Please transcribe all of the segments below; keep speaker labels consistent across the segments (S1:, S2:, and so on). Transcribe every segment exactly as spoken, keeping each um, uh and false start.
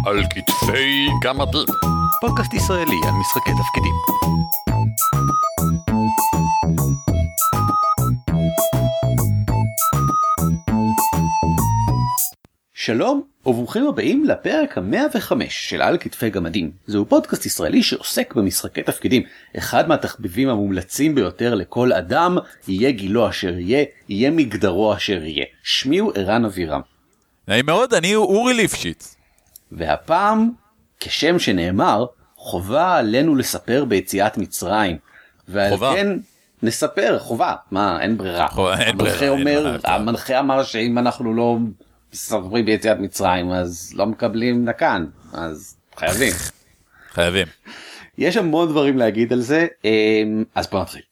S1: על כתפי גמדים.
S2: פודקאסט ישראלי על משחקי תפקידים. שלום וברוכים הבאים לפרק ה-מאה וחמש של על כתפי גמדים. זהו פודקאסט ישראלי שעוסק במשחקי תפקידים. אחד מהתחביבים המומלצים ביותר לכל אדם, יהיה גילו אשר יהיה, יהיה מגדרו אשר יהיה. שמי הוא ערן אבירם.
S3: נעים מאוד, אני אורי ליפשיץ.
S2: והפעם, כשם שנאמר, חובה עלינו לספר ביציאת מצרים. ועל
S3: חובה.
S2: כן נספר, חובה, מה, אין ברירה.
S3: חובה, אין
S2: המנחה
S3: ברירה, אין
S2: אומר,
S3: ברירה.
S2: המנחה אמר שאם אנחנו לא מספרים ביציאת מצרים, אז לא מקבלים נקן, אז חייבים.
S3: חייבים.
S2: יש המון דברים להגיד על זה, אז בוא נתחיל.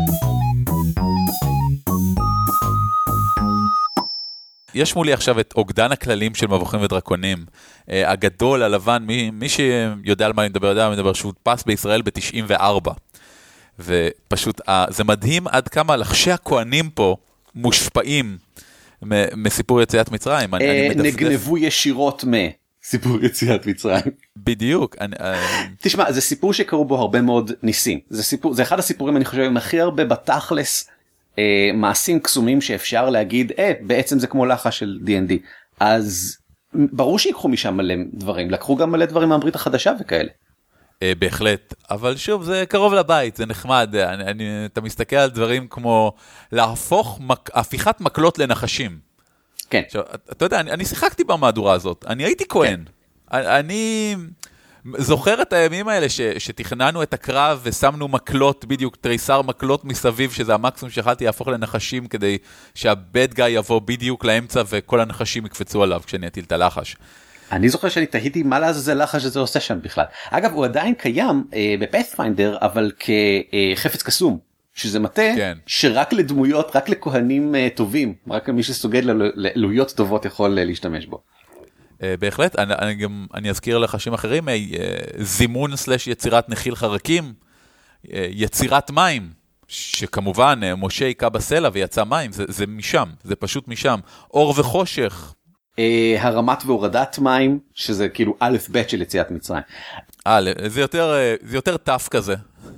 S3: יש מולי עכשיו את אוגדן הכללים של מבוכים ודרקונים, אה, הגדול, הלבן, מי, מי שיודע על מה אני מדבר, יודע על מה אני מדבר, שהוא הודפס בישראל ב-תשעים וארבע. ופשוט, אה, זה מדהים עד כמה לחשי הכהנים פה מושפעים מ- מסיפור יציאת מצרים. אני,
S2: אה,
S3: אני מדפדף...
S2: נגנבו ישירות מסיפור יציאת מצרים.
S3: בדיוק. אני, אה,
S2: תשמע, זה סיפור שקרו בו הרבה מאוד ניסים. זה סיפור, זה אחד הסיפורים, אני חושב, עם הכי הרבה בתכלס אה, מעשים קסומים שאפשר להגיד, אה, בעצם זה כמו לחש של די אנד די. אז ברור שיקחו משם מלא דברים. לקחו גם מלא דברים מהברית החדשה וכאלה.
S3: אה, בהחלט, אבל שוב, זה קרוב לבית, זה נחמד. אני, אני, אתה מסתכל על דברים כמו להפוך מק, הפיכת מקלות לנחשים.
S2: כן.
S3: עכשיו, אתה יודע, אני, אני שיחקתי במהדורה הזאת, אני הייתי כהן.
S2: כן.
S3: אני, אני זוכר את הימים האלה ש, שתכננו את הקרב ושמנו מקלות, בדיוק תריסר מקלות מסביב, שזה המקסימום שיכלתי להפוך לנחשים, כדי שהבד גאי יבוא בדיוק לאמצע וכל הנחשים יקפצו עליו כשאני אטיל את הלחש.
S2: אני זוכר שאני תהיתי מה לעזאזל לחש שזה עושה שם בכלל. אגב, הוא עדיין קיים אה, בפאת'פיינדר, אבל כחפץ קסום, שזה מטה
S3: כן.
S2: שרק לדמויות, רק לכהנים אה, טובים, רק למי שסוגד לאלוהיות טובות יכול אה, להשתמש בו.
S3: Uh, בהחלט, אני, אני גם, אני אזכיר לחשים אחרים, uh, זימון סלש יצירת נחיל חרקים, uh, יצירת מים, שכמובן uh, משה היקע בסלע ויצא מים, זה, זה משם, זה פשוט משם, אור וחושך.
S2: Uh, הרמת והורדת מים, שזה כאילו א' ב' של יציאת מצרים.
S3: אה, זה יותר, uh, זה יותר טף כזה.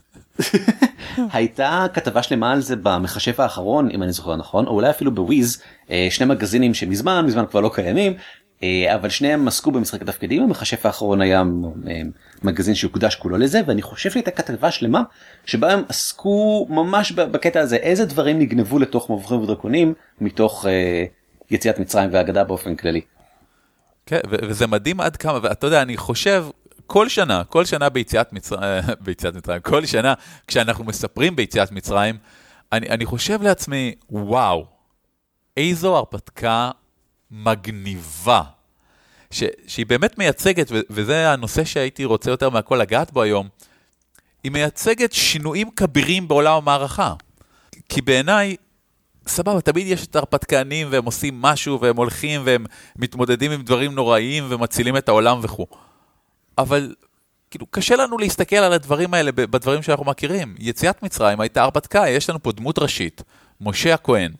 S2: הייתה כתבה שלמה על זה במחשב האחרון, אם אני זוכר נכון, או אולי אפילו בוויז, uh, שני מגזינים שמזמן, מזמן כבר לא קיימים, אבל שניהם עסקו במשחק התפקידים. המחשף האחרון היה מגזין שהוקדש כולו לזה, ואני חושב שהייתה כתבה שלמה שבה הם עסקו ממש בקטע הזה, איזה דברים נגנבו לתוך מבוכים ודרקונים מתוך יציאת מצרים והאגדה באופן כללי.
S3: כן, וזה מדהים עד כמה, ואתה יודע, אני חושב, כל שנה, כל שנה ביציאת מצרים, ביציאת מצרים, כל שנה כשאנחנו מספרים ביציאת מצרים, אני, אני חושב לעצמי, וואו, איזו הרפתקה מגניבה, ש, שהיא באמת מייצגת, ו, וזה הנושא שהייתי רוצה יותר מהכל לגעת בו היום, היא מייצגת שינויים כבירים בעולם המערכה. כי בעיניי, סבבה, תמיד יש את הרפתקנים, והם עושים משהו, והם הולכים, והם מתמודדים עם דברים נוראיים, ומצילים את העולם וכו'. אבל, כאילו, קשה לנו להסתכל על הדברים האלה, בדברים שאנחנו מכירים. יציאת מצרים הייתה הרפתקה, יש לנו פה דמות ראשית, משה הכהן,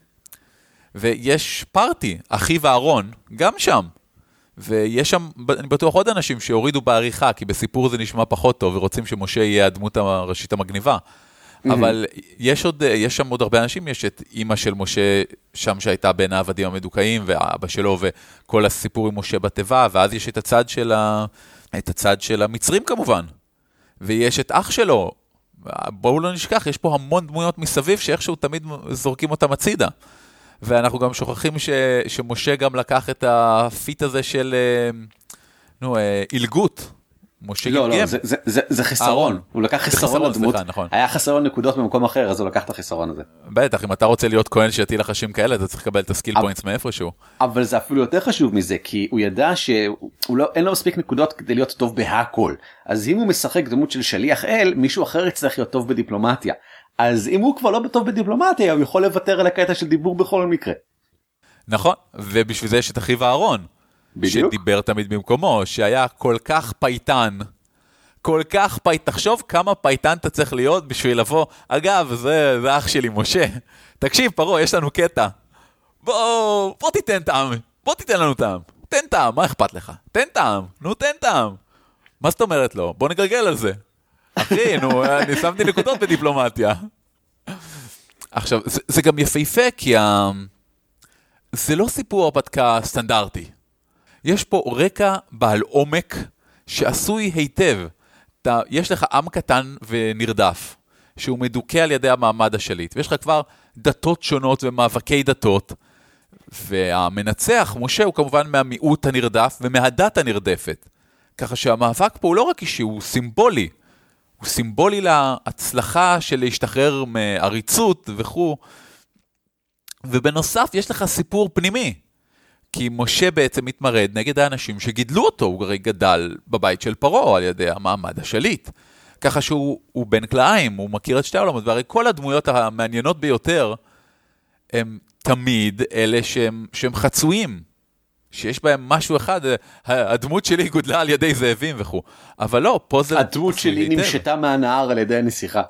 S3: ויש פארטי, אחיו אהרון, גם שם. ויש שם, אני בטוח, עוד אנשים שהורידו בעריכה, כי בסיפור זה נשמע פחות טוב, ורוצים שמשה יהיה הדמות הראשית המגניבה. Mm-hmm. אבל יש, עוד, יש שם עוד הרבה אנשים, יש את אמא של משה, שם שהייתה בין העבדים המדוכאים, ואבא שלו, וכל הסיפור עם משה בטבע, ואז יש את הצד של, ה, את הצד של המצרים כמובן. ויש את אח שלו, בואו לא נשכח, יש פה המון דמויות מסביב, שאיכשהו תמיד זורקים אותם הצידה. ואנחנו גם שוכחים ש, שמשה גם לקח את הפיט הזה של, נו, אילגות. משה
S2: לא,
S3: גמגם.
S2: לא, זה, זה, זה, זה חסרון. הוא לקח חסרון לדמות.
S3: סליחה, נכון.
S2: היה חסרון נקודות במקום אחר, אז הוא לקח את החסרון הזה.
S3: בטח, אם אתה רוצה להיות כהן שיטיל לחשים כאלה, אתה צריך לקבל את הסקיל פוינטס מאיפשהו.
S2: אבל זה אפילו יותר חשוב מזה, כי הוא ידע שהוא לא, אין לו מספיק נקודות כדי להיות טוב בהכל. אז אם הוא משחק דמות של שליח אל, מישהו אחר יצטרך להיות טוב בדיפלומטיה. אז אם הוא כבר לא טוב בדיפלומטיה, הוא יכול לוותר על הקטע של דיבור בכל מקרה.
S3: נכון, ובשביל זה יש את אחיו אהרון,
S2: בדיוק.
S3: שדיבר תמיד במקומו, שהיה כל כך פייטן, כל כך פייטן, תחשוב כמה פייטן אתה צריך להיות בשביל לבוא, אגב, זה, זה אח שלי, משה, תקשיב פרו, יש לנו קטע, בוא, בוא תיתן טעם, בוא תיתן לנו טעם, תן טעם, מה אכפת לך? תן טעם, נו תן טעם. מה זאת אומרת לו? בוא נגרגל על זה. אחי, נו, אני שמתי נקודות בדיפלומטיה. עכשיו, זה, זה גם יפהפה, כי ה... זה לא סיפור הרפתקה סטנדרטי. יש פה רקע בעל עומק שעשוי היטב. אתה, יש לך עם קטן ונרדף, שהוא מדוכא על ידי המעמד השליט, ויש לך כבר דתות שונות ומאבקי דתות, והמנצח, משה, הוא כמובן מהמיעוט הנרדף ומהדת הנרדפת. ככה שהמאבק פה הוא לא רק אישי, הוא סימבולי. הוא סימבולי להצלחה של להשתחרר מעריצות וכו'. ובנוסף יש לך סיפור פנימי. כי משה בעצם מתמרד נגד האנשים שגידלו אותו, הוא הרי גדל בבית של פרעה על ידי המעמד השליט. ככה שהוא הוא בן כלאיים, הוא מכיר את שתי העולמות, והרי כל הדמויות המעניינות ביותר, הם תמיד אלה שהם, שהם חצויים, שיש בהם משהו אחד, הדמות שלי גודלה על ידי זאבים וכו'. אבל לא, פה זה...
S2: הדמות שלי נמשתה מהנהר על ידי הנסיכה.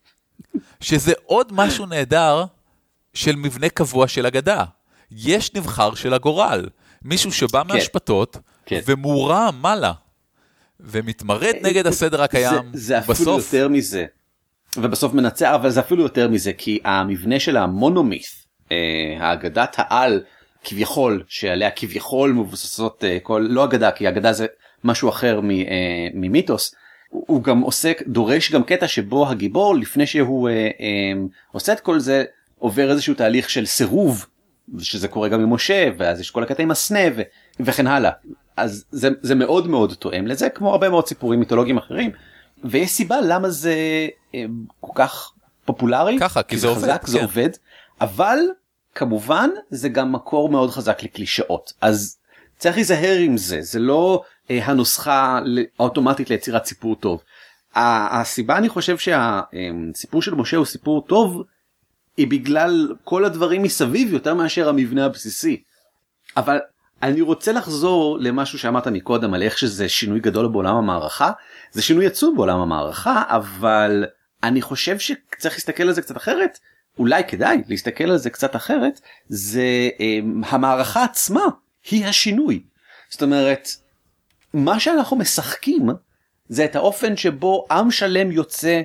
S3: שזה עוד משהו נהדר של מבנה קבוע של אגדה. יש נבחר של הגורל, מישהו שבא כן. מהשפטות, כן. ומורה מעלה, ומתמרד נגד הסדר הקיים.
S2: זה, זה אפילו בסוף... יותר מזה, ובסוף מנצח, אבל זה אפילו יותר מזה, כי המבנה של המונומית', האגדת העל, כביכול, שעליה כביכול מבוססות, כל, לא אגדה, כי אגדה זה משהו אחר ממיתוס, הוא גם עוסק, דורש גם קטע שבו הגיבור, לפני שהוא אה, אה, עושה את כל זה, עובר איזשהו תהליך של סירוב, שזה קורה גם עם משה, ואז יש כל הקטע עם הסנה, ו- וכן הלאה. אז זה, זה מאוד מאוד תואם לזה, כמו הרבה מאוד סיפורים מיתולוגיים אחרים, ויש סיבה למה זה אה, כל כך פופולרי,
S3: ככה, כי זה עובד,
S2: חזק,
S3: כן.
S2: זה עובד, אבל כמובן זה גם מקור מאוד חזק לקלישאות, אז צריך להיזהר עם זה, זה לא אה, הנוסחה האוטומטית ליצירת סיפור טוב. הסיבה אני חושב שהסיפור של משה הוא סיפור טוב, היא בגלל כל הדברים מסביב יותר מאשר המבנה הבסיסי. אבל אני רוצה לחזור למשהו שאמרת מקודם, על איך שזה שינוי גדול בעולם המערכה, זה שינוי עצום בעולם המערכה, אבל אני חושב שצריך להסתכל על זה קצת אחרת, אולי כדאי להסתכל על זה קצת אחרת, זה המערכה עצמה היא השינוי. זאת אומרת, מה שאנחנו משחקים זה את האופן שבו עם שלם יוצא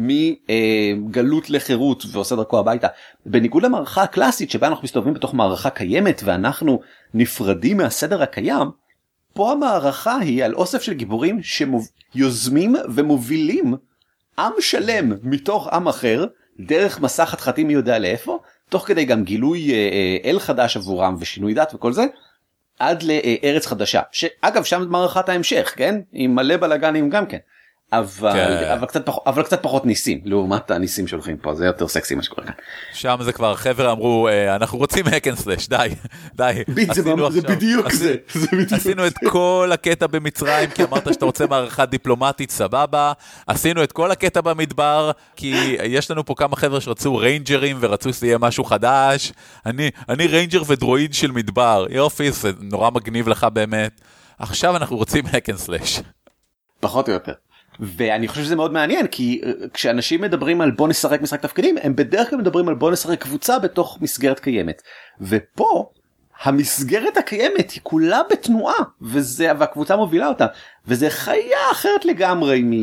S2: מגלות לחירות ועושה דרכו הביתה. בניגוד למערכה הקלאסית שבה אנחנו מסתובבים בתוך מערכה קיימת ואנחנו נפרדים מהסדר הקיים, פה המערכה היא על אוסף של גיבורים שיוזמים ומובילים עם שלם מתוך עם אחר, דרך מסע חתחתים מי יודע לאיפה, תוך כדי גם גילוי אל חדש עבורם ושינוי דת וכל זה, עד לארץ חדשה. שאגב, שם מערכת ההמשך, כן? עם מלא בלגנים גם כן. אבל, כן. אבל, קצת פח, אבל קצת פחות ניסים, לעומת הניסים שהולכים פה, זה יותר סקסי מה שקורה כאן.
S3: שם זה כבר, חבר'ה אמרו, אנחנו רוצים hack and slash, די, די.
S2: ביט, זה, עכשיו, זה בדיוק עשינו, זה. זה בדיוק
S3: עשינו
S2: זה.
S3: את כל הקטע במצרים, כי אמרת שאתה רוצה מערכה דיפלומטית, סבבה. עשינו את כל הקטע במדבר, כי יש לנו פה כמה חבר'ה שרצו ריינג'רים, ורצו שיהיה משהו חדש. אני, אני ריינג'ר ודרואיד של מדבר. יופי, זה נורא מגניב לך באמת. עכשיו אנחנו רוצים hack and slash.
S2: פחות או יותר. ואני חושב שזה מאוד מעניין, כי כשאנשים מדברים על בוא נשחק משחק תפקידים, הם בדרך כלל מדברים על בוא נשחק קבוצה בתוך מסגרת קיימת. ופה, המסגרת הקיימת היא כולה בתנועה, וזה, והקבוצה מובילה אותה, וזה חיה אחרת לגמרי מ,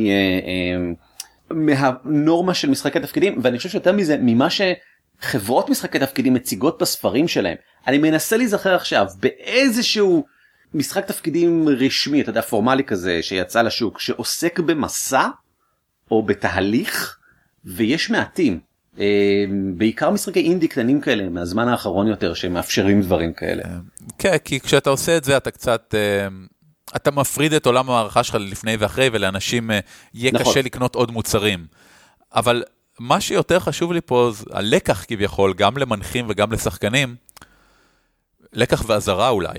S2: מהנורמה של משחקי תפקידים, ואני חושב שיותר מזה, ממה שחברות משחקי תפקידים מציגות בספרים שלהם, אני מנסה להיזכר עכשיו באיזשהו משחק תפקידים רשמי, אתה יודע, פורמלי כזה, שיצא לשוק, שעוסק במסע, או בתהליך, ויש מעטים, בעיקר משחקי אינדי קטנים כאלה, מהזמן האחרון יותר, שמאפשרים דברים כאלה.
S3: כן, כי כשאתה עושה את זה, אתה קצת, אתה מפריד את עולם המערכה שלך לפני ואחרי, ולאנשים יהיה קשה לקנות עוד מוצרים. אבל מה שיותר חשוב לי פה, הלקח כביכול, גם למנחים וגם לשחקנים, לקח והזרה אולי,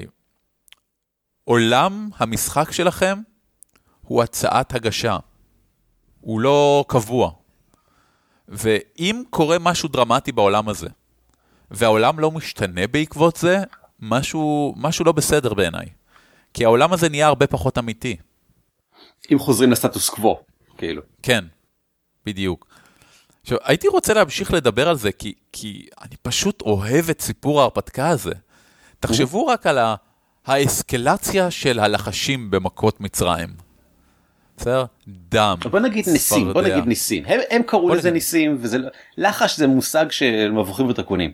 S3: עולם המשחק שלכם הוא הצעת הגשה. הוא לא קבוע. ואם קורה משהו דרמטי בעולם הזה, והעולם לא משתנה בעקבות זה, משהו, משהו לא בסדר בעיניי. כי העולם הזה נהיה הרבה פחות אמיתי.
S2: אם חוזרים לסטטוס קוו, כאילו.
S3: כן, בדיוק. עכשיו, הייתי רוצה להמשיך לדבר על זה, כי, כי אני פשוט אוהב את סיפור ההרפתקה הזה. תחשבו רק על ה... האסקלציה של הלחשים במכות מצרים. בסדר? דם.
S2: בוא נגיד ניסים, בוא נגיד ניסים. הם, הם קראו לזה ניסים, וזה לחש זה מושג של מבוכים ודרקונים.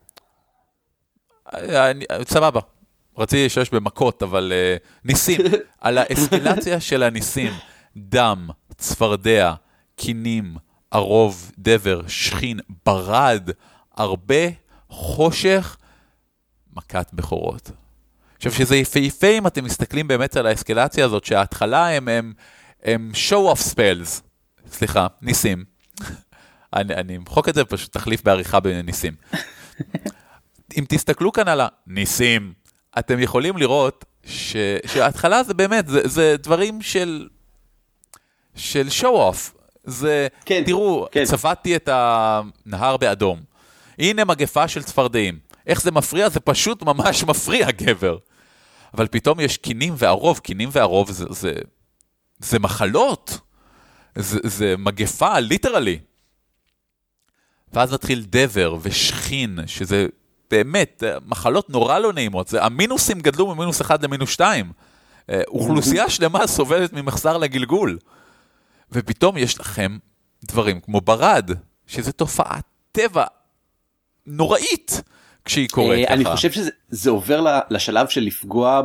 S3: סבבה. רציתי שיש במכות, אבל uh, ניסים. על האסקלציה של הניסים. דם, צפרדע, קינים, ערוב, דבר, שכין, ברד, הרבה, חושך, מכת בכורות. עכשיו שזה יפהפה אם אתם מסתכלים באמת על האסקלציה הזאת, שההתחלה הם, הם, הם show off spells, סליחה, ניסים. אני, אני מחוק את זה, פשוט תחליף בעריכה בניסים. אם תסתכלו כאן על הניסים, אתם יכולים לראות ש, שההתחלה זה באמת, זה, זה דברים של, של show off. זה, כן, תראו, כן. צבעתי את הנהר באדום. הנה מגפה של צפרדעים. איך זה מפריע? זה פשוט ממש מפריע, גבר. אבל פתאום יש קינים וערוב, קינים וערוב זה, זה, זה מחלות. זה, זה מגפה, ליטרלי. ואז מתחיל דבר ושכין, שזה באמת מחלות נורא לא נעימות. זה, המינוסים גדלו ממינוס אחד למינוס שתיים. אוכלוסייה שלמה סובלת ממחסר לגלגול. ופתאום יש לכם דברים כמו ברד, שזה תופעת טבע נוראית כשהיא קורית ככה.
S2: אני חושב שזה עובר לשלב של לפגוע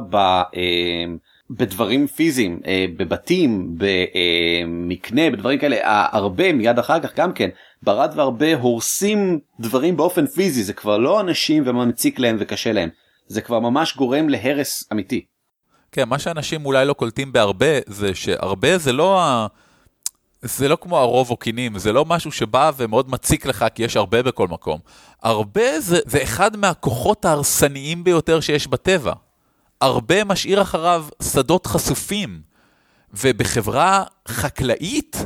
S2: בדברים פיזיים, בבתים, במקנה, בדברים כאלה, הרבה מיד אחר כך גם כן, ברד והרבה הורסים דברים באופן פיזי, זה כבר לא אנשים ומה מציק להם וקשה להם, זה כבר ממש גורם להרס אמיתי.
S3: כן, מה שאנשים אולי לא קולטים בהרבה, זה שהרבה זה לא ה... זה לא כמו הרוב או קינים, זה לא משהו שבא ומאוד מציק לך, כי יש הרבה בכל מקום. הרבה זה, זה אחד מהכוחות ההרסניים ביותר שיש בטבע. הרבה משאיר אחריו שדות חשופים, ובחברה חקלאית,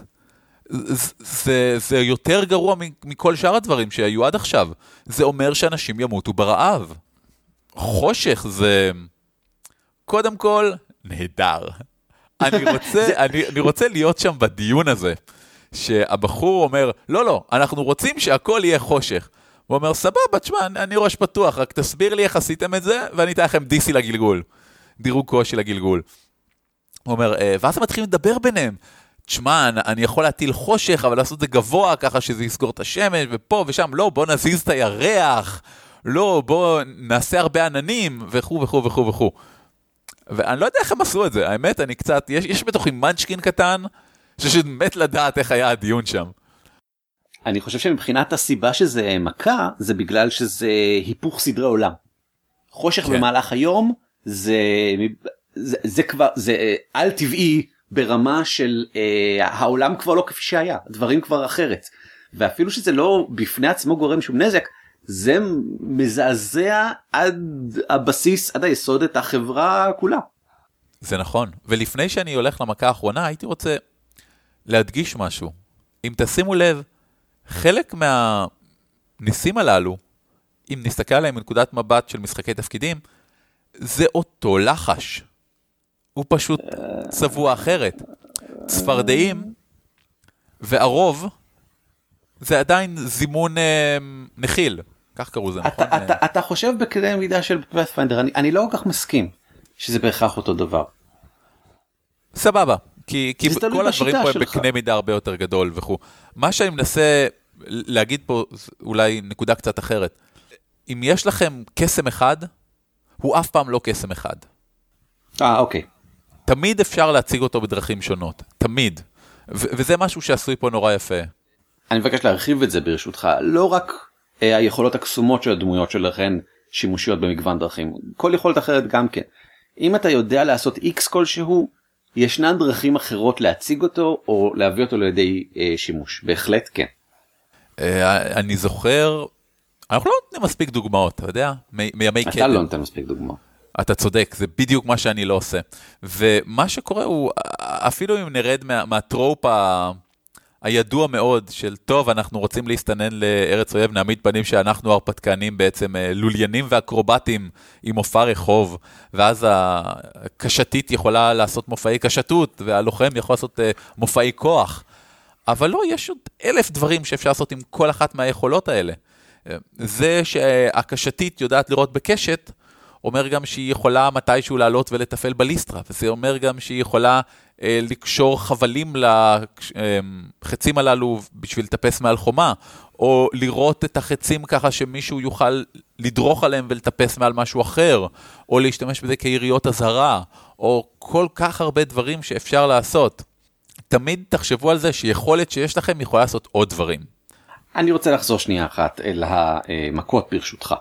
S3: זה, זה יותר גרוע מכל שאר הדברים שהיו עד עכשיו. זה אומר שאנשים ימותו ברעב. חושך זה, קודם כל, נהדר. אני רוצה, אני, אני רוצה להיות שם בדיון הזה, שהבחור אומר, לא, לא, אנחנו רוצים שהכל יהיה חושך. הוא אומר, סבבה, תשמע, אני ראש פתוח, רק תסביר לי איך עשיתם את זה, ואני אתן לכם דיסי לגלגול, דירוג קושי לגלגול. הוא אומר, ואז הם מתחילים לדבר ביניהם, תשמע, אני יכול להטיל חושך, אבל לעשות את זה גבוה, ככה שזה יסגור את השמש, ופה ושם, לא, בוא נזיז את הירח, לא, בוא נעשה הרבה עננים, וכו' וכו' וכו' וכו'. ואני לא יודע איך הם עשו את זה, האמת, אני קצת, יש, יש בתוכי מנצ'קין קטן, ששמת לדעת איך היה הדיון שם.
S2: אני חושב שמבחינת הסיבה שזה מכה, זה בגלל שזה היפוך סדרי עולם. חושך כן. במהלך היום, זה, זה, זה כבר, זה על טבעי ברמה של אה, העולם כבר לא כפי שהיה, דברים כבר אחרת. ואפילו שזה לא בפני עצמו גורם שום נזק, זה מזעזע עד הבסיס, עד היסוד את החברה כולה.
S3: זה נכון. ולפני שאני הולך למכה האחרונה, הייתי רוצה להדגיש משהו. אם תשימו לב, חלק מהניסים הללו, אם נסתכל עליהם מנקודת מבט של משחקי תפקידים, זה אותו לחש. הוא פשוט צבוע אחרת. צפרדעים וערוב, זה עדיין זימון אה, נחיל. כך קראו זה, נכון?
S2: אתה, אתה, אתה חושב בקנה מידה של פאת'פיינדר, אני, אני לא כל כך מסכים שזה בהכרח אותו דבר.
S3: סבבה, כי, כי כל הדברים פה הם בקנה מידה הרבה יותר גדול וכו'. מה שאני מנסה להגיד פה, אולי נקודה קצת אחרת. אם יש לכם קסם אחד, הוא אף פעם לא קסם אחד.
S2: אה, אוקיי.
S3: תמיד אפשר להציג אותו בדרכים שונות. תמיד. ו- וזה משהו שעשוי פה נורא יפה.
S2: אני מבקש להרחיב את זה ברשותך. לא רק אה, היכולות הקסומות של הדמויות שלכן שימושיות במגוון דרכים. כל יכולת אחרת גם כן. אם אתה יודע לעשות X כלשהו, ישנן דרכים אחרות להציג אותו או להביא אותו לידי אה, שימוש. בהחלט כן.
S3: אה, אני זוכר, אנחנו לא נותנים מספיק דוגמאות, אתה יודע? מ- מימי קדם.
S2: אתה לא נותן מספיק דוגמאות.
S3: אתה צודק, זה בדיוק מה שאני לא עושה. ומה שקורה הוא, אפילו אם נרד מה, מהטרופ ה... הידוע מאוד של טוב, אנחנו רוצים להסתנן לארץ אויב, נעמיד פנים שאנחנו הרפתקנים בעצם לוליינים ואקרובטים עם מופע רחוב, ואז הקשתית יכולה לעשות מופעי קשתות, והלוחם יכול לעשות מופעי כוח. אבל לא, יש עוד אלף דברים שאפשר לעשות עם כל אחת מהיכולות האלה. זה שהקשתית יודעת לראות בקשת, אומר גם שהיא יכולה מתישהו לעלות ולטפל בליסטרה, וזה אומר גם שהיא יכולה אה, לקשור חבלים לחצים הללו בשביל לטפס מעל חומה, או לראות את החצים ככה שמישהו יוכל לדרוך עליהם ולטפס מעל משהו אחר, או להשתמש בזה כיריות הזהרה, או כל כך הרבה דברים שאפשר לעשות. תמיד תחשבו על זה שיכולת שיש לכם יכולה לעשות עוד דברים.
S2: אני רוצה לחזור שנייה אחת אל המכות ברשותך.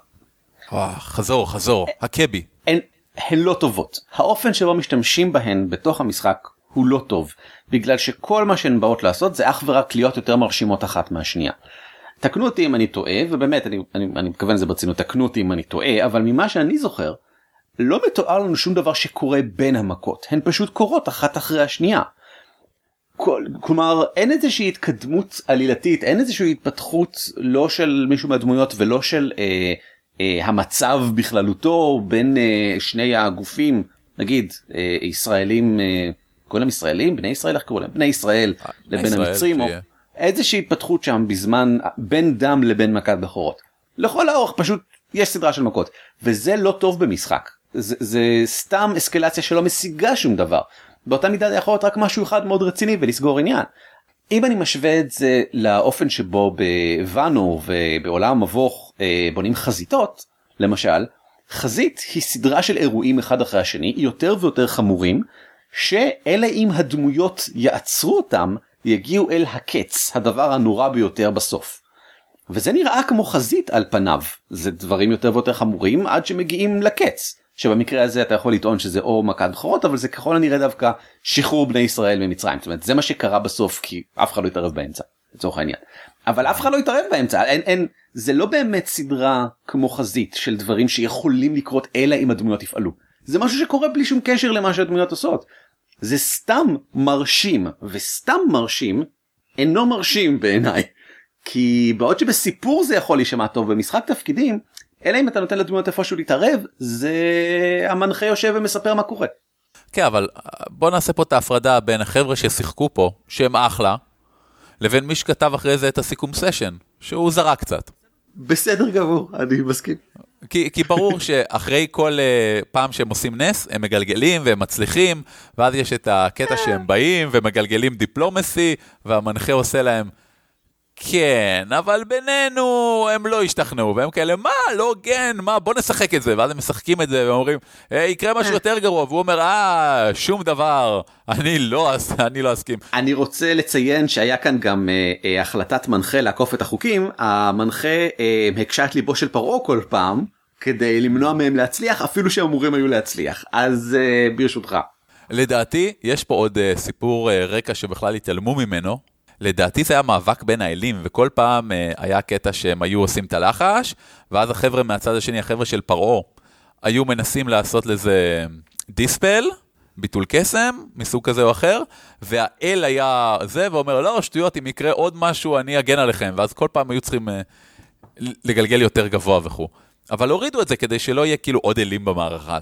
S3: חזור, חזור, הקבי.
S2: הן, הן לא טובות. האופן שבו משתמשים בהן בתוך המשחק הוא לא טוב, בגלל שכל מה שהן באות לעשות זה אך ורק להיות יותר מרשימות אחת מהשנייה. תקנו אותי אם אני טועה, ובאמת אני, אני, אני מתכוון לזה ברצינות, תקנו אותי אם אני טועה, אבל ממה שאני זוכר, לא מתואר לנו שום דבר שקורה בין המכות, הן פשוט קורות אחת אחרי השנייה. כל, כלומר, אין איזושהי התקדמות עלילתית, אין איזושהי התפתחות לא של מישהו מהדמויות ולא של אה, אה, המצב בכללותו בין אה, שני הגופים, נגיד, אה, ישראלים, אה, כל הם ישראלים, בני ישראל, איך קראו להם? בני ישראל לבין
S3: ישראל,
S2: המצרים, או איזושהי התפתחות שם בזמן, בין דם לבין מכת בכורות. לכל האורך פשוט יש סדרה של מכות, וזה לא טוב במשחק. זה, זה סתם אסקלציה שלא משיגה שום דבר. באותה מידה יכול להיות רק משהו אחד מאוד רציני ולסגור עניין. אם אני משווה את זה לאופן שבו בוואנו ובעולם המבוך בונים חזיתות, למשל, חזית היא סדרה של אירועים אחד אחרי השני, יותר ויותר חמורים, שאלה אם הדמויות יעצרו אותם, יגיעו אל הקץ, הדבר הנורא ביותר בסוף. וזה נראה כמו חזית על פניו, זה דברים יותר ויותר חמורים עד שמגיעים לקץ. שבמקרה הזה אתה יכול לטעון שזה או מכת בכורות, אבל זה ככל הנראה דווקא שחרור בני ישראל ממצרים. זאת אומרת, זה מה שקרה בסוף, כי אף אחד לא יתערב באמצע, לצורך העניין. אבל אף אחד לא יתערב באמצע, אין, אין, זה לא באמת סדרה כמו חזית של דברים שיכולים לקרות אלא אם הדמויות יפעלו. זה משהו שקורה בלי שום קשר למה שהדמויות עושות. זה סתם מרשים, וסתם מרשים אינו מרשים בעיניי. כי בעוד שבסיפור זה יכול להישמע טוב, במשחק תפקידים, אלא אם אתה נותן לדמויות איפשהו להתערב, זה המנחה יושב ומספר מה קורה.
S3: כן, אבל בוא נעשה פה את ההפרדה בין החבר'ה ששיחקו פה, שהם אחלה, לבין מי שכתב אחרי זה את הסיכום סשן, שהוא זרה קצת.
S2: בסדר גמור, אני מסכים.
S3: כי, כי ברור שאחרי כל uh, פעם שהם עושים נס, הם מגלגלים והם מצליחים, ואז יש את הקטע שהם באים ומגלגלים דיפלומסי, והמנחה עושה להם, כן, אבל בינינו הם לא השתכנעו, והם כאלה, מה, לא גן, מה, בוא נשחק את זה, ואז הם משחקים את זה, ואומרים, hey, יקרה משהו יותר גרוע, והוא אומר, אה, שום דבר, אני לא, אני לא אסכים.
S2: אני רוצה לציין שהיה כאן גם אה, אה, החלטת מנחה לעקוף את החוקים, המנחה אה, הקשה את ליבו של פרעה כל פעם, כדי למנוע מהם להצליח, אפילו שאמורים היו להצליח, אז אה, ברשותך.
S3: לדעתי, יש פה עוד אה, סיפור אה, רקע שבכלל התעלמו ממנו, לדעתי זה היה מאבק בין האלים, וכל פעם אה, היה קטע שהם היו עושים את הלחש, ואז החבר'ה מהצד השני, החבר'ה של פרעה, היו מנסים לעשות לזה דיספל, ביטול קסם, מסוג כזה או אחר, והאל היה זה, ואומר, לא, שטויות, אם יקרה עוד משהו, אני אגן עליכם, ואז כל פעם היו צריכים אה, לגלגל יותר גבוה וכו'. אבל הורידו את זה כדי שלא יהיה כאילו עוד אלים במערכה.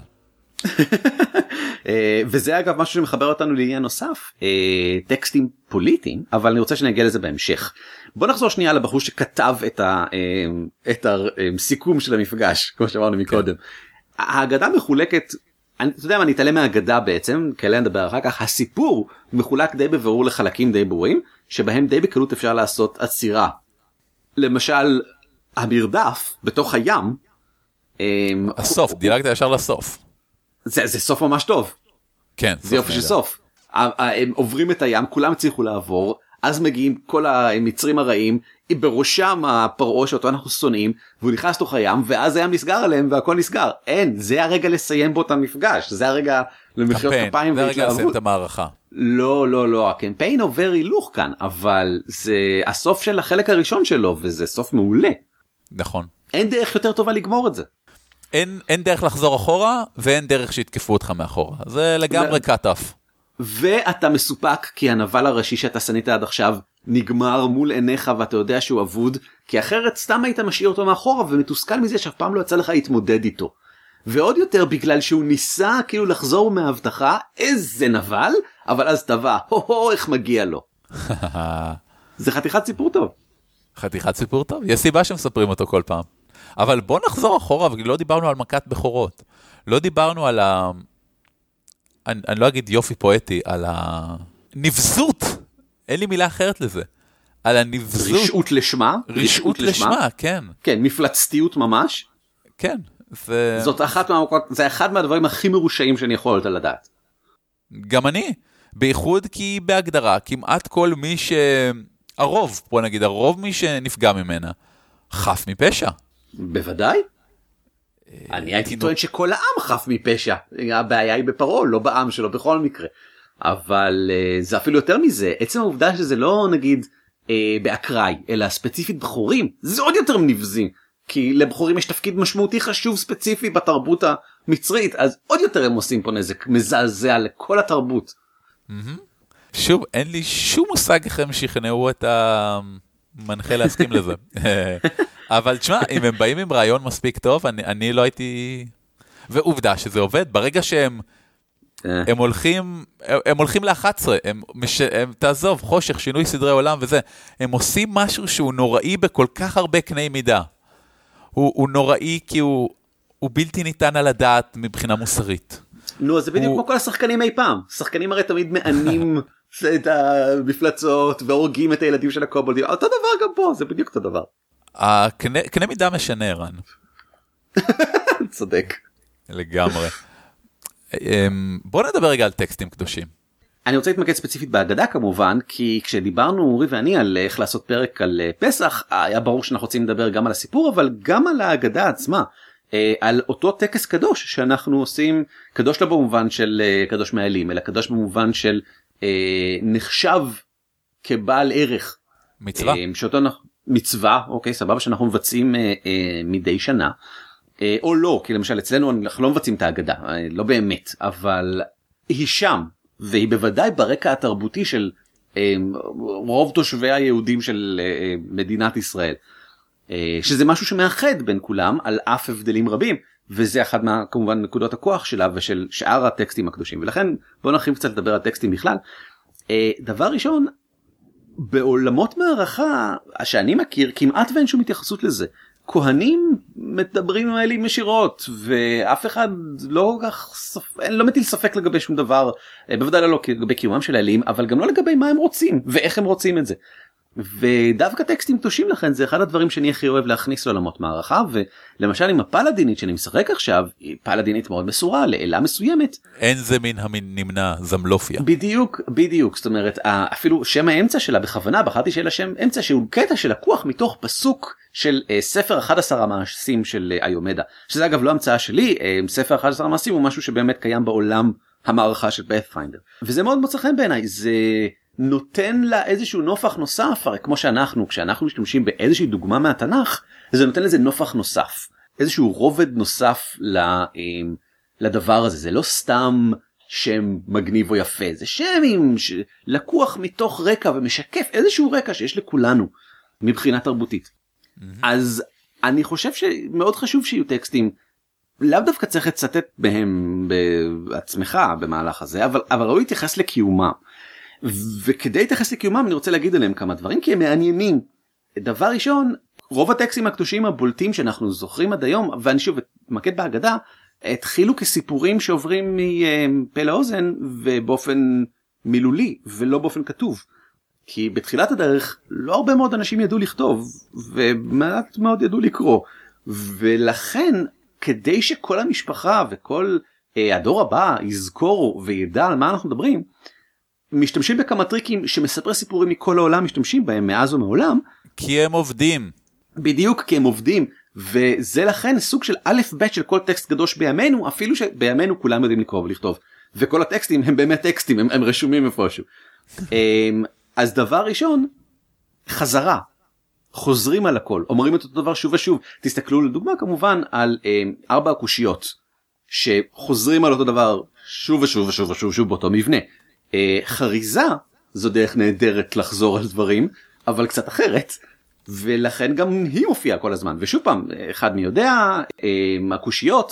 S2: וזה אגב משהו שמחבר אותנו לעניין נוסף, טקסטים פוליטיים, אבל אני רוצה שנגיע לזה בהמשך. בוא נחזור שנייה לבחור שכתב את ה, את הסיכום של המפגש, כמו שאמרנו מקודם. ההגדה מחולקת, אני, אתה יודע מה, אני אתעלם מההגדה בעצם, כאלה נדבר אחר כך, הסיפור מחולק די בבירור לחלקים די ברורים, שבהם די בקלות אפשר לעשות עצירה. למשל, המרדף בתוך הים,
S3: הסוף, דילגת ישר לסוף.
S2: זה, זה סוף ממש טוב.
S3: כן.
S2: זה יופי של סוף. הם עוברים את הים, כולם צריכו לעבור, אז מגיעים כל המצרים הרעים, בראשם הפרעה שאותו אנחנו שונאים, והוא נכנס תוך הים, ואז הים נסגר עליהם והכל נסגר. אין, זה הרגע לסיים בו את המפגש, זה הרגע למחיאות כפיים
S3: והתלהבות. זה הרגע לסיים את המערכה.
S2: לא, לא, לא, הקמפיין עובר הילוך כאן, אבל זה הסוף של החלק הראשון שלו, וזה סוף מעולה.
S3: נכון.
S2: אין דרך יותר טובה לגמור את זה.
S3: אין, אין דרך לחזור אחורה, ואין דרך שיתקפו אותך מאחורה. זה לגמרי קטף.
S2: ואתה מסופק כי הנבל הראשי שאתה סנית עד עכשיו נגמר מול עיניך ואתה יודע שהוא אבוד, כי אחרת סתם היית משאיר אותו מאחורה ומתוסכל מזה שאף פעם לא יצא לך להתמודד איתו. ועוד יותר בגלל שהוא ניסה כאילו לחזור מההבטחה, איזה נבל, אבל אז טבע, הו-הו, איך מגיע לו. זה חתיכת סיפור טוב.
S3: חתיכת סיפור טוב, יש סיבה שמספרים אותו כל פעם. אבל בוא נחזור אחורה, ולא דיברנו על מכת בכורות. לא דיברנו על ה... אני, אני לא אגיד יופי פואטי, על הנבזות. אין לי מילה אחרת לזה. על הנבזות.
S2: רשעות לשמה.
S3: רשעות לשמה, כן.
S2: כן, מפלצתיות ממש.
S3: כן. זה...
S2: זאת אחת מהמקות, זה אחד מהדברים הכי מרושעים שאני יכול לדעת.
S3: גם אני. בייחוד כי בהגדרה, כמעט כל מי ש... הרוב, בוא נגיד, הרוב מי שנפגע ממנה, חף מפשע.
S2: בוודאי. אני הייתי טוען שכל העם חף מפשע. הבעיה היא בפרעה, לא בעם שלו בכל מקרה. אבל זה אפילו יותר מזה. עצם העובדה שזה לא נגיד באקראי, אלא ספציפית בחורים, זה עוד יותר נבזי. כי לבחורים יש תפקיד משמעותי חשוב ספציפי בתרבות המצרית, אז עוד יותר הם עושים פה נזק מזעזע לכל התרבות.
S3: שוב, אין לי שום מושג איך הם שכנעו את המנחה להסכים לזה. אבל תשמע, אם הם באים עם רעיון מספיק טוב, אני, אני לא הייתי... ועובדה שזה עובד, ברגע שהם הם הולכים, הם הולכים ל-אחת עשרה, הם, הם, תעזוב, חושך, שינוי סדרי עולם וזה, הם עושים משהו שהוא נוראי בכל כך הרבה קני מידה. הוא, הוא נוראי כי הוא, הוא בלתי ניתן על הדעת מבחינה מוסרית.
S2: נו, זה בדיוק כמו כל השחקנים אי פעם. שחקנים הרי תמיד מענים את המפלצות והורגים את הילדים של הקובלדים. אותו דבר גם פה, זה בדיוק אותו דבר.
S3: הקנה מידה משנה, רן.
S2: צודק.
S3: לגמרי. בוא נדבר רגע על טקסטים קדושים.
S2: אני רוצה להתמקד ספציפית בהגדה כמובן, כי כשדיברנו אורי ואני על איך לעשות פרק על פסח, היה ברור שאנחנו רוצים לדבר גם על הסיפור, אבל גם על ההגדה עצמה. על אותו טקס קדוש שאנחנו עושים, קדוש לא במובן של קדוש מעלים, אלא קדוש במובן של אה, נחשב כבעל ערך.
S3: מצווה.
S2: אה, שאותו מצווה, אוקיי, סבבה, שאנחנו מבצעים אה, אה, מדי שנה, אה, או לא, כי למשל אצלנו אנחנו לא מבצעים את ההגדה, אה, לא באמת, אבל היא שם, והיא בוודאי ברקע התרבותי של אה, רוב תושבי היהודים של אה, מדינת ישראל. שזה משהו שמאחד בין כולם על אף הבדלים רבים, וזה אחד מה כמובן נקודות הכוח שלה ושל שאר הטקסטים הקדושים, ולכן בואו נרחיב קצת לדבר על טקסטים בכלל. דבר ראשון, בעולמות מערכה שאני מכיר כמעט ואין שום התייחסות לזה. כהנים מדברים עם האלים ישירות, ואף אחד לא כך ספ... לא מטיל ספק לגבי שום דבר, בוודאי לא לגבי קיומם של האלים, אבל גם לא לגבי מה הם רוצים ואיך הם רוצים את זה. ודווקא טקסטים קדושים לכן זה אחד הדברים שאני הכי אוהב להכניס לעולמות מערכה, ולמשל עם הפלדינית שאני משחק עכשיו, היא פלדינית מאוד מסורה לאלה מסוימת.
S3: אין זה מן הנמנע זמלופיה.
S2: בדיוק, בדיוק, זאת אומרת, אפילו שם האמצע שלה בכוונה, בחרתי שיהיה לה שם אמצע שהוא קטע שלקוח מתוך פסוק של ספר אחד עשר המעשים של איומדה, שזה אגב לא המצאה שלי, ספר אחד עשר המעשים הוא משהו שבאמת קיים בעולם המערכה של פאת'פיינדר, וזה מאוד מוצא חן בעיניי, זה... נותן לה איזשהו נופח נוסף, הרי כמו שאנחנו, כשאנחנו משתמשים באיזושהי דוגמה מהתנ"ך, זה נותן לזה נופח נוסף, איזשהו רובד נוסף לדבר הזה, זה לא סתם שם מגניב או יפה, זה שם לקוח מתוך רקע ומשקף איזשהו רקע שיש לכולנו מבחינה תרבותית. Mm-hmm. אז אני חושב שמאוד חשוב שיהיו טקסטים, לאו דווקא צריך לצטט בהם בעצמך במהלך הזה, אבל, אבל ראוי להתייחס לקיומם. וכדי להתייחס לקיומם אני רוצה להגיד עליהם כמה דברים כי הם מעניינים. דבר ראשון, רוב הטקסטים הקדושים הבולטים שאנחנו זוכרים עד היום, ואני שוב מתמקד בהגדה, התחילו כסיפורים שעוברים מפה לאוזן ובאופן מילולי ולא באופן כתוב. כי בתחילת הדרך לא הרבה מאוד אנשים ידעו לכתוב ומעט מאוד ידעו לקרוא, ולכן כדי שכל המשפחה וכל הדור הבא יזכור וידע על מה אנחנו מדברים, משתמשים בכמה טריקים שמספרי סיפורים מכל העולם משתמשים בהם מאז ומעולם.
S3: כי הם עובדים.
S2: בדיוק, כי הם עובדים. וזה לכן סוג של א' ב' של כל טקסט קדוש בימינו, אפילו שבימינו כולם יודעים לקרוא ולכתוב. וכל הטקסטים הם באמת טקסטים, הם, הם רשומים איפשהו. אז דבר ראשון, חזרה. חוזרים על הכל, אומרים את אותו דבר שוב ושוב. תסתכלו לדוגמה כמובן על ארבע הקושיות, שחוזרים על אותו דבר שוב ושוב ושוב ושוב שוב באותו מבנה. חריזה זו דרך נהדרת לחזור על דברים, אבל קצת אחרת, ולכן גם היא מופיעה כל הזמן. ושוב פעם, אחד מי יודע, הקושיות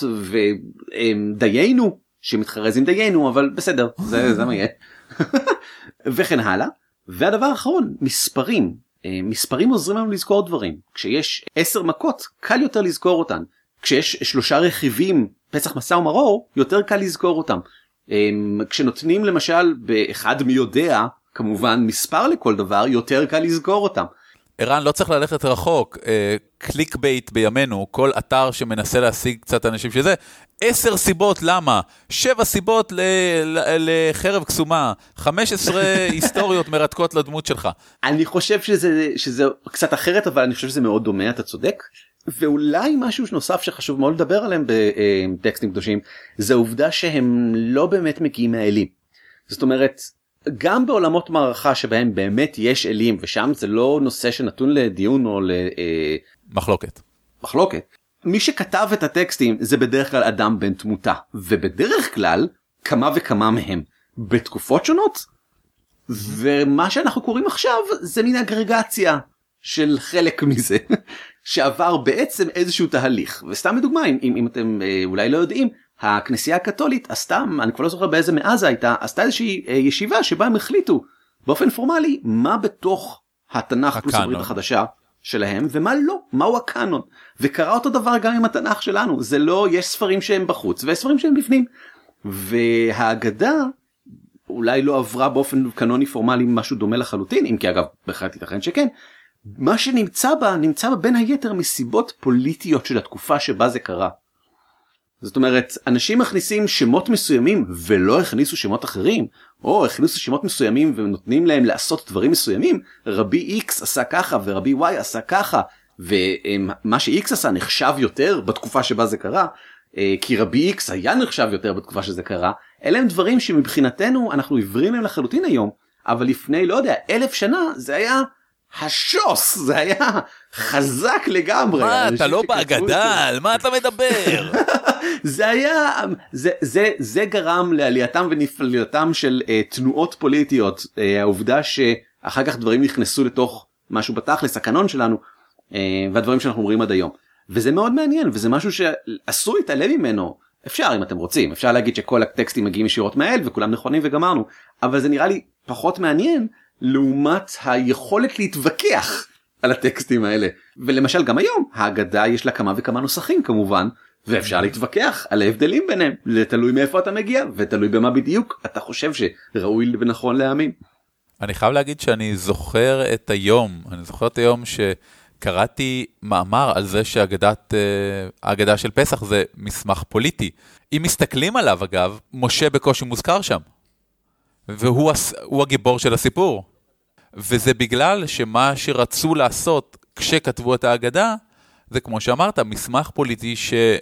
S2: ודיינו, שמתחרז עם דיינו, אבל בסדר, זה, זה מה יהיה. וכן הלאה. והדבר האחרון, מספרים. מספרים עוזרים לנו לזכור דברים. כשיש עשר מכות, קל יותר לזכור אותן. כשיש שלושה רכיבים, פסח, מסע ומרור, יותר קל לזכור אותם. כשנותנים למשל באחד מי יודע, כמובן מספר לכל דבר, יותר קל לזכור אותם.
S3: ערן, לא צריך ללכת רחוק, קליק בייט בימינו, כל אתר שמנסה להשיג קצת אנשים שזה, עשר סיבות למה, שבע סיבות לחרב קסומה, חמש עשרה היסטוריות מרתקות לדמות שלך.
S2: אני חושב שזה, שזה קצת אחרת, אבל אני חושב שזה מאוד דומה, אתה צודק. ואולי משהו נוסף שחשוב מאוד לדבר עליהם בטקסטים קדושים, זה העובדה שהם לא באמת מגיעים מהאלים. זאת אומרת, גם בעולמות מערכה שבהם באמת יש אלים, ושם זה לא נושא שנתון לדיון או
S3: למחלוקת.
S2: מחלוקת. מי שכתב את הטקסטים זה בדרך כלל אדם בן תמותה, ובדרך כלל כמה וכמה מהם בתקופות שונות, ומה שאנחנו קוראים עכשיו זה מין אגרגציה של חלק מזה, שעבר בעצם איזשהו תהליך. וסתם לדוגמה, אם, אם אתם אולי לא יודעים, הכנסייה הקתולית עשתה, אני כבר לא זוכר באיזה מאז הייתה, עשתה איזושהי ישיבה שבה הם החליטו באופן פורמלי מה בתוך התנ"ך פלוס הברית החדשה שלהם ומה לא, מהו הקאנון. וקרה אותו דבר גם עם התנ"ך שלנו, זה לא, יש ספרים שהם בחוץ ויש ספרים שהם בפנים. והאגדה אולי לא עברה באופן קנוני פורמלי משהו דומה לחלוטין, אם כי אגב בהחלט ייתכן שכן. מה שנמצא בה, נמצא בה בין היתר מסיבות פוליטיות של התקופה שבה זה קרה. זאת אומרת, אנשים מכניסים שמות מסוימים ולא הכניסו שמות אחרים, או הכניסו שמות מסוימים ונותנים להם לעשות דברים מסוימים. רבי X עשה ככה ורבי Y עשה ככה, ומה ש-X עשה נחשב יותר בתקופה שבה זה קרה, כי רבי X היה נחשב יותר בתקופה שזה קרה. אלה הם דברים שמבחינתנו אנחנו עיוורים להם לחלוטין היום, אבל לפני, לא יודע, אלף שנה זה היה השוס, זה היה חזק לגמרי.
S3: מה, אתה לא באגדה, על מה אתה מדבר?
S2: זה היה, זה, זה, זה גרם לעלייתם ונפלייתם של uh, תנועות פוליטיות, uh, העובדה שאחר כך דברים נכנסו לתוך משהו בתכלס, הקנון שלנו, uh, והדברים שאנחנו אומרים עד היום. וזה מאוד מעניין, וזה משהו שעשו להתעלם ממנו. אפשר אם אתם רוצים, אפשר להגיד שכל הטקסטים מגיעים ישירות מהאל וכולם נכונים וגמרנו, אבל זה נראה לי פחות מעניין לעומת היכולת להתווכח על הטקסטים האלה. ולמשל גם היום, ההגדה יש לה כמה וכמה נוסחים כמובן, ואפשר להתווכח על ההבדלים ביניהם, תלוי מאיפה אתה מגיע, ותלוי במה בדיוק אתה חושב שראוי ונכון להאמין.
S3: אני חייב להגיד שאני זוכר את היום, אני זוכר את היום שקראתי מאמר על זה שהאגדת, ההגדה של פסח זה מסמך פוליטי. אם מסתכלים עליו אגב, משה בקושי מוזכר שם. והוא הוא הגיבור של הסיפור. וזה בגלל שמה שרצו לעשות כשכתבו את ההגדה, זה כמו שאמרת, מסמך פוליטי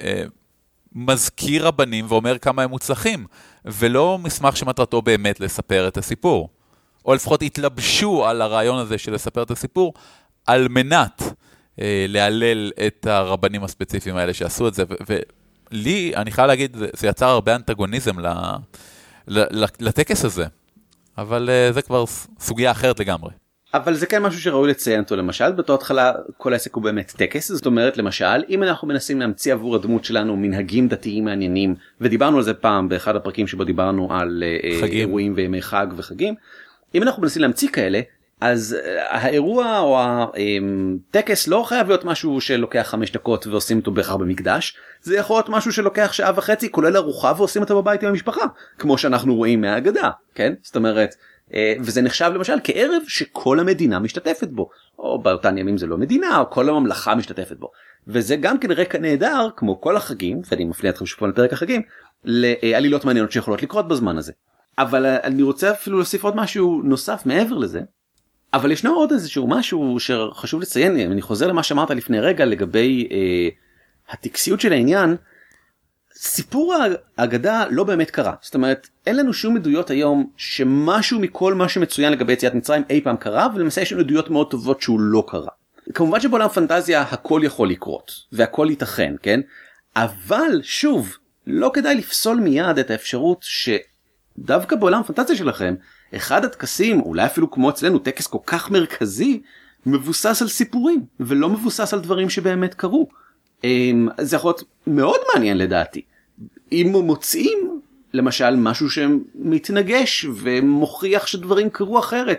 S3: שמזכיר רבנים ואומר כמה הם מוצלחים, ולא מסמך שמטרתו באמת לספר את הסיפור. או לפחות התלבשו על הרעיון הזה של לספר את הסיפור, על מנת אה, להלל את הרבנים הספציפיים האלה שעשו את זה. ולי, אני חייב להגיד, זה, זה יצר הרבה אנטגוניזם ל, ל, לטקס הזה. אבל uh, זה כבר סוגיה אחרת לגמרי.
S2: אבל זה כן משהו שראוי לציין אותו. למשל, בתור התחלה כל העסק הוא באמת טקס. זאת אומרת, למשל, אם אנחנו מנסים להמציא עבור הדמות שלנו מנהגים דתיים מעניינים, ודיברנו על זה פעם באחד הפרקים שבו דיברנו על uh, אירועים וימי חג וחגים, אם אנחנו מנסים להמציא כאלה, אז uh, האירוע או הטקס לא חייב להיות משהו שלוקח חמש דקות ועושים אותו בהכרח במקדש. זה יכול להיות משהו שלוקח שעה וחצי, כולל ארוחה, ועושים אותו בבית עם המשפחה, כמו שאנחנו רואים מהאגדה, כן? זאת אומרת, וזה נחשב למשל כערב שכל המדינה משתתפת בו, או באותן ימים זה לא מדינה, או כל הממלכה משתתפת בו. וזה גם כן רקע נהדר, כמו כל החגים, ואני מפליע אתכם שפה לפרק החגים, לעלילות מעניינות שיכולות לקרות בזמן הזה. אבל אני רוצה אפילו להוסיף עוד משהו נוסף מעבר לזה, אבל ישנו עוד איזשהו משהו שחשוב לציין, אני חוזר למה שאמרת לפני רגע לגבי אה, הטקסיות של העניין. סיפור האגדה לא באמת קרה, זאת אומרת אין לנו שום עדויות היום שמשהו מכל מה שמצוין לגבי יציאת מצרים אי פעם קרה, ולמעשה יש לנו עדויות מאוד טובות שהוא לא קרה. כמובן שבעולם פנטזיה הכל יכול לקרות והכל ייתכן, כן? אבל שוב, לא כדאי לפסול מיד את האפשרות שדווקא בעולם פנטזיה שלכם אחד הטקסים, אולי אפילו כמו אצלנו טקס כל כך מרכזי, מבוסס על סיפורים ולא מבוסס על דברים שבאמת קרו. זה יכול להיות מאוד מעניין לדעתי. אם מוצאים למשל משהו שמתנגש ומוכיח שדברים קרו אחרת,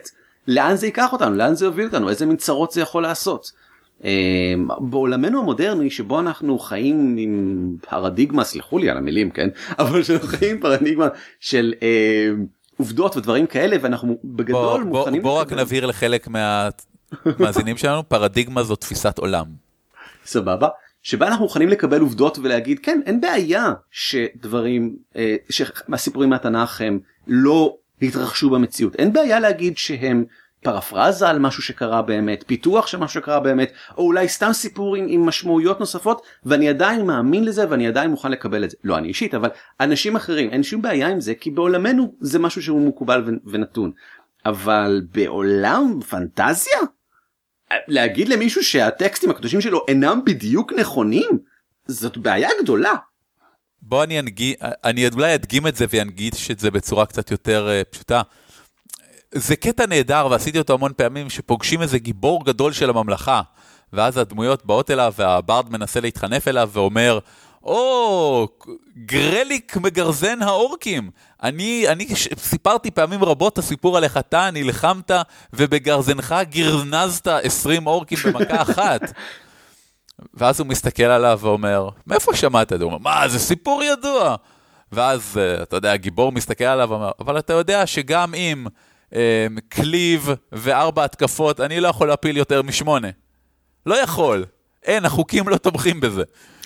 S2: לאן זה ייקח אותנו, לאן זה יוביל אותנו, איזה מין צרות זה יכול לעשות. בעולמנו המודרני שבו אנחנו חיים עם פרדיגמה, סלחו לי על המילים, כן? אבל שאנחנו חיים פרדיגמה של עובדות ודברים כאלה, ואנחנו בגדול מוכנים...
S3: בוא רק נבהיר לחלק מהמאזינים שלנו, פרדיגמה זו תפיסת עולם.
S2: סבבה. שבה אנחנו מוכנים לקבל עובדות ולהגיד, כן, אין בעיה שדברים, שהסיפורים מהתנ"ך הם לא התרחשו במציאות. אין בעיה להגיד שהם פרפרזה על משהו שקרה באמת, פיתוח של משהו שקרה באמת, או אולי סתם סיפורים עם משמעויות נוספות, ואני עדיין מאמין לזה ואני עדיין מוכן לקבל את זה. לא אני אישית, אבל אנשים אחרים, אין שום בעיה עם זה, כי בעולמנו זה משהו שהוא מקובל ונתון. אבל בעולם פנטזיה? להגיד למישהו שהטקסטים הקדושים שלו אינם בדיוק נכונים, זאת בעיה גדולה.
S3: בוא אני אנגיד, אני אולי אדגים את זה ואנגיד שזה בצורה קצת יותר uh, פשוטה. זה קטע נהדר, ועשיתי אותו המון פעמים, שפוגשים איזה גיבור גדול של הממלכה, ואז הדמויות באות אליו, והברד מנסה להתחנף אליו ואומר, או, גרליק מגרזן האורקים. אני, אני סיפרתי פעמים רבות הסיפור על איך אתה נלחמת, ובגרזנך גרנזת עשרים אורקים במכה אחת. ואז הוא מסתכל עליו ואומר, מאיפה שמעת? הוא אומר, מה, זה סיפור ידוע. ואז, אתה יודע, הגיבור מסתכל עליו ואומר, אבל אתה יודע שגם אם קליב וארבע התקפות, אני לא יכול להפיל יותר משמונה. לא יכול. אין, החוקים לא תומכים בזה.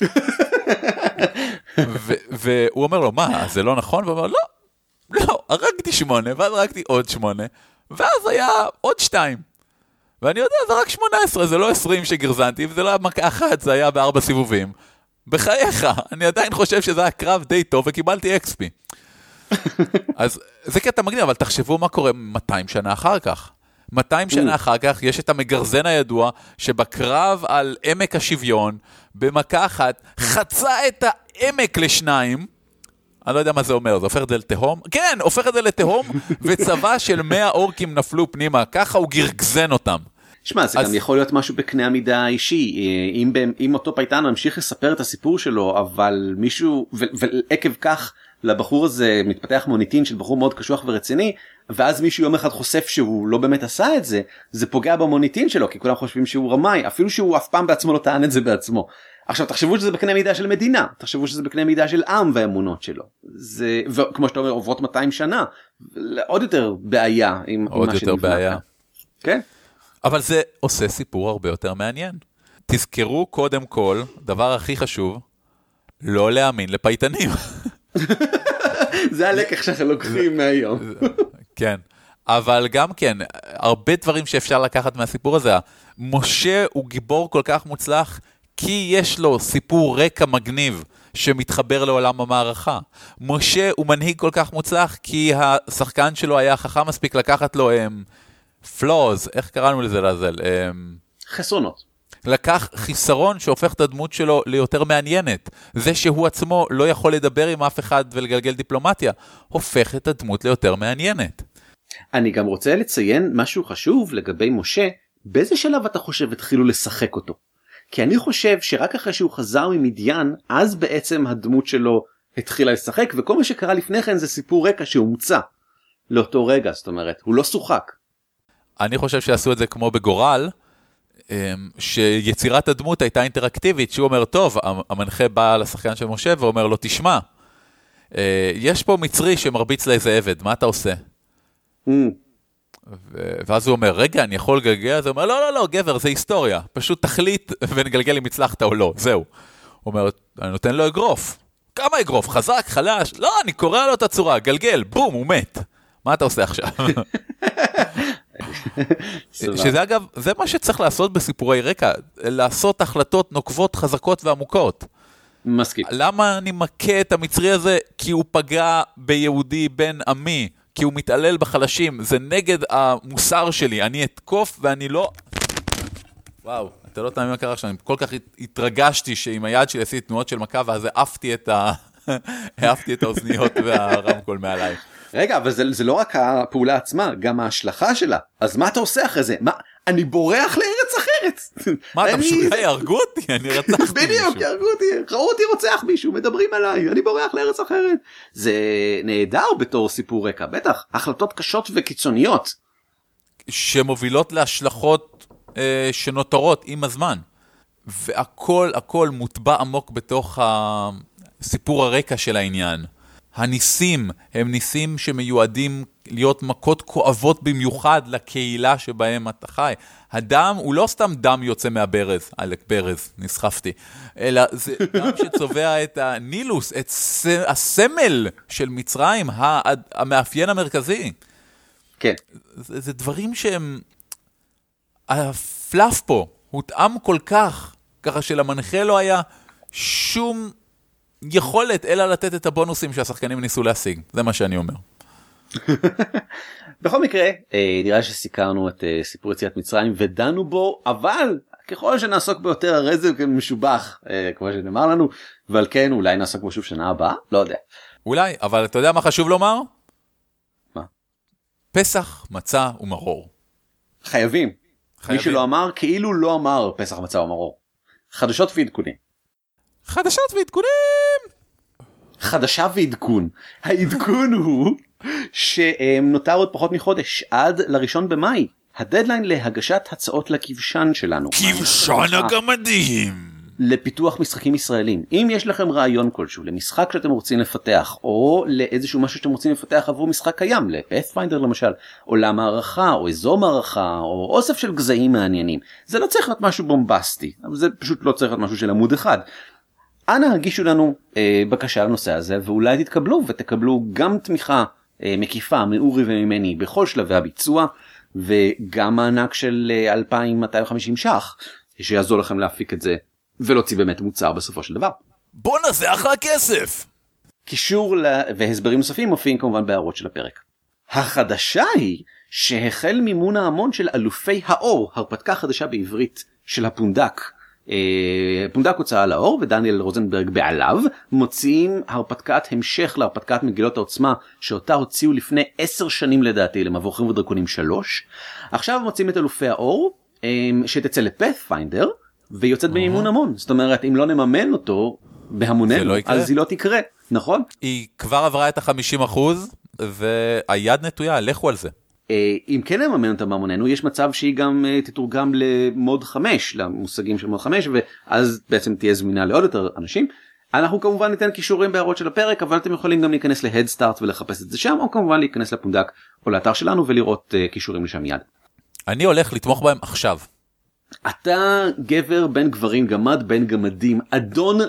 S3: והוא אומר לו, מה, זה לא נכון? והוא אומר, לא, לא, הרגתי שמונה, ואז הרגתי עוד שמונה, ואז היה עוד שתיים. ואני יודע, זה רק שמונה עשרה, זה לא עשרים שגרזנתי, וזה לא היה מכה אחת, זה היה בארבע סיבובים. בחייך, אני עדיין חושב שזה היה קרב די טוב, וקיבלתי אקס פי. אז זה קטע מגניב, אבל תחשבו מה קורה מאתיים שנה אחר כך. מאתיים שנה אחר כך יש את המגרזן הידוע, שבקרב על עמק השוויון, במכה אחת, חצה את העמק לשניים, אני לא יודע מה זה אומר, זה הופך את זה לתהום? כן, הופך את זה לתהום, וצבא של מאה אורקים נפלו פנימה, ככה הוא גרגזן אותם.
S2: שמע, זה אז... גם יכול להיות משהו בקנה המידה האישי, אם, אם אותו פייטן ממשיך לספר את הסיפור שלו, אבל מישהו, ו- ועקב כך, לבחור הזה מתפתח מוניטין של בחור מאוד קשוח ורציני, ואז מישהו יום אחד חושף שהוא לא באמת עשה את זה, זה פוגע במוניטין שלו, כי כולם חושבים שהוא רמאי, אפילו שהוא אף פעם בעצמו לא טען את זה בעצמו. עכשיו תחשבו שזה בקנה מידה של מדינה, תחשבו שזה בקנה מידה של עם והאמונות שלו. זה, וכמו שאתה אומר, עוברות מאתיים שנה, עוד יותר בעיה עם
S3: עוד יותר בעיה.
S2: כן?
S3: אבל זה עושה סיפור הרבה יותר מעניין. תזכרו קודם כל, דבר הכי חשוב, לא להאמין לפייטנים.
S2: זה הלקח שאנחנו לוקחים מהיום.
S3: כן, אבל גם כן, הרבה דברים שאפשר לקחת מהסיפור הזה. משה הוא גיבור כל כך מוצלח, כי יש לו סיפור רקע מגניב שמתחבר לעולם המערכה. משה הוא מנהיג כל כך מוצלח, כי השחקן שלו היה חכם מספיק לקחת לו הם, flaws, איך קראנו לזה לזל? הם,
S2: חסרונות.
S3: לקח חיסרון שהופך את הדמות שלו ליותר מעניינת. זה שהוא עצמו לא יכול לדבר עם אף אחד ולגלגל דיפלומטיה, הופך את הדמות ליותר מעניינת.
S2: אני גם רוצה לציין משהו חשוב לגבי משה, באיזה שלב אתה חושב התחילו לשחק אותו? כי אני חושב שרק אחרי שהוא חזר ממדיין, אז בעצם הדמות שלו התחילה לשחק, וכל מה שקרה לפני כן זה סיפור רקע שהומצא לאותו רגע, זאת אומרת, הוא לא שוחק.
S3: אני חושב שעשו את זה כמו בגורל, שיצירת הדמות הייתה אינטראקטיבית, שהוא אומר, טוב, המנחה בא לשחקן של משה ואומר לו, תשמע, יש פה מצרי שמרביץ לאיזה עבד, מה אתה עושה?
S2: Mm.
S3: ואז הוא אומר, רגע, אני יכול לגלגל? אז הוא אומר, לא, לא, לא, גבר, זה היסטוריה, פשוט תחליט ונגלגל אם הצלחת או לא, זהו. הוא אומר, אני נותן לו אגרוף. כמה אגרוף? חזק, חלש? לא, אני קורא לו את הצורה, גלגל, בום, הוא מת. מה אתה עושה עכשיו? שזה אגב, זה מה שצריך לעשות בסיפורי רקע, לעשות החלטות נוקבות, חזקות ועמוקות.
S2: מסכים.
S3: למה אני מכה את המצרי הזה? כי הוא פגע ביהודי בן עמי, כי הוא מתעלל בחלשים, זה נגד המוסר שלי, אני אתקוף ואני לא... וואו, אתה לא תאמין מה קרה עכשיו, אני כל כך התרגשתי שעם היד שלי עשיתי תנועות של מכה, ואז העפתי את ה... העפתי את האוזניות והרמקול מעליי.
S2: רגע, אבל זה, זה לא רק הפעולה עצמה, גם ההשלכה שלה. אז מה אתה עושה אחרי זה? מה? אני בורח לארץ אחרת.
S3: מה, אתה משוגע, יהרגו אותי? אני רצחתי מישהו.
S2: בדיוק, יהרגו אותי. ראו אותי רוצח מישהו, מדברים עליי, אני בורח לארץ אחרת. זה נהדר בתור סיפור רקע, בטח. החלטות קשות וקיצוניות.
S3: שמובילות להשלכות אה, שנותרות עם הזמן. והכל, הכל מוטבע עמוק בתוך הסיפור הרקע של העניין. הניסים הם ניסים שמיועדים להיות מכות כואבות במיוחד לקהילה שבהם אתה חי. הדם הוא לא סתם דם יוצא מהברז, אלק ברז, נסחפתי, אלא זה דם שצובע את הנילוס, את הסמל של מצרים, המאפיין המרכזי.
S2: כן.
S3: זה, זה דברים שהם, הפלאף פה הותאם כל כך, ככה שלמנחה לא היה שום יכולת אלא לתת את הבונוסים שהשחקנים ניסו להשיג. זה מה שאני אומר.
S2: בכל מקרה, נראה שסיקרנו את סיפור יציאת מצרים ודנו בו, אבל ככל שנעסוק ביותר הרי זה משובח, כמו שנאמר לנו, ועל כן אולי נעסוק בו שוב שנה הבאה, לא יודע.
S3: אולי, אבל אתה יודע מה חשוב לומר?
S2: מה?
S3: פסח, מצה ומרור.
S2: חייבים.
S3: חייבים.
S2: מי שלא אמר, כאילו לא אמר פסח, מצה ומרור. חדשות ועדכונים.
S3: חדשות ועדכונים!
S2: חדשה ועדכון. העדכון הוא שנותר עוד פחות מחודש, עד לראשון במאי. הדדליין להגשת הצעות לכבשן שלנו.
S3: כבשן הגמדים!
S2: לפיתוח משחקים ישראלים. אם יש לכם רעיון כלשהו למשחק שאתם רוצים לפתח, או לאיזשהו משהו שאתם רוצים לפתח עבור משחק קיים, לפאת'פיינדר למשל, או למערכה, או אזור מערכה, או אוסף של גזעים מעניינים, זה לא צריך להיות משהו בומבסטי, אבל זה פשוט לא צריך להיות משהו של עמוד אחד. אנא הגישו לנו אה, בקשה לנושא הזה, ואולי תתקבלו ותקבלו גם תמיכה אה, מקיפה מאורי וממני בכל שלבי הביצוע, וגם מענק של אה, אלפיים מאתיים וחמישים ש"ח, שיעזור לכם להפיק את זה, ולהוציא באמת מוצר בסופו של דבר.
S3: בוא נעשה אחלה כסף!
S2: קישור לה... והסברים נוספים מופיעים כמובן בהערות של הפרק. החדשה היא שהחל מימון ההמון של אלופי האור, הרפתקה חדשה בעברית של הפונדק. פונדק הוצאה לאור ודניאל רוזנברג בעליו מוציאים הרפתקת המשך להרפתקת מגילות העוצמה שאותה הוציאו לפני עשר שנים לדעתי למבוכים ודרקונים שלוש. עכשיו מוצאים את אלופי האור שתצא לפאת'פיינדר ויוצאת במימון המון. זאת אומרת אם לא נממן אותו בהמוננו אז היא לא תקרה, נכון?
S3: היא כבר עברה את ה-חמישים אחוז והיד נטויה, לכו על זה.
S2: אם כן נממן אותה בהמוננו, יש מצב שהיא גם תתורגם למוד חמש, למושגים של מוד חמש, ואז בעצם תהיה זמינה לעוד יותר אנשים. אנחנו כמובן ניתן קישורים בהערות של הפרק, אבל אתם יכולים גם להיכנס להדסטארט ולחפש את זה שם, או כמובן להיכנס לפונדק או לאתר שלנו ולראות קישורים לשם יד.
S3: אני הולך לתמוך בהם עכשיו.
S2: אתה גבר בין גברים גמד בין גמדים, אדון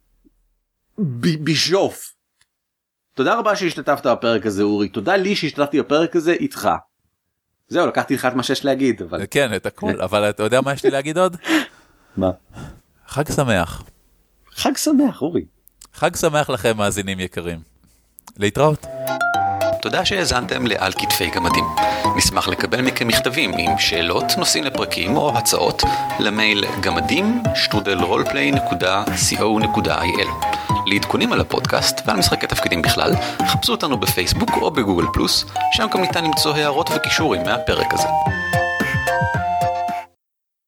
S2: ב- בישוף. תודה רבה שהשתתפת בפרק הזה אורי, תודה לי שהשתתפתי בפרק הזה איתך. זהו, לקחתי לך את מה שיש להגיד. אבל...
S3: כן, את הכל, אבל אתה יודע מה יש לי להגיד עוד?
S2: מה?
S3: חג שמח.
S2: חג שמח אורי.
S3: חג שמח לכם מאזינים יקרים. להתראות.
S1: תודה שהאזנתם לעל כתפי גמדים. נשמח לקבל מכם מכתבים עם שאלות, נושאים לפרקים או הצעות למייל גמדים שטרודל רולפליי נקודה קו נקודה איי אל. לעדכונים על הפודקאסט ועל משחקי תפקידים בכלל, חפשו אותנו בפייסבוק או בגוגל פלוס, שם גם ניתן למצוא הערות וקישורים מהפרק הזה.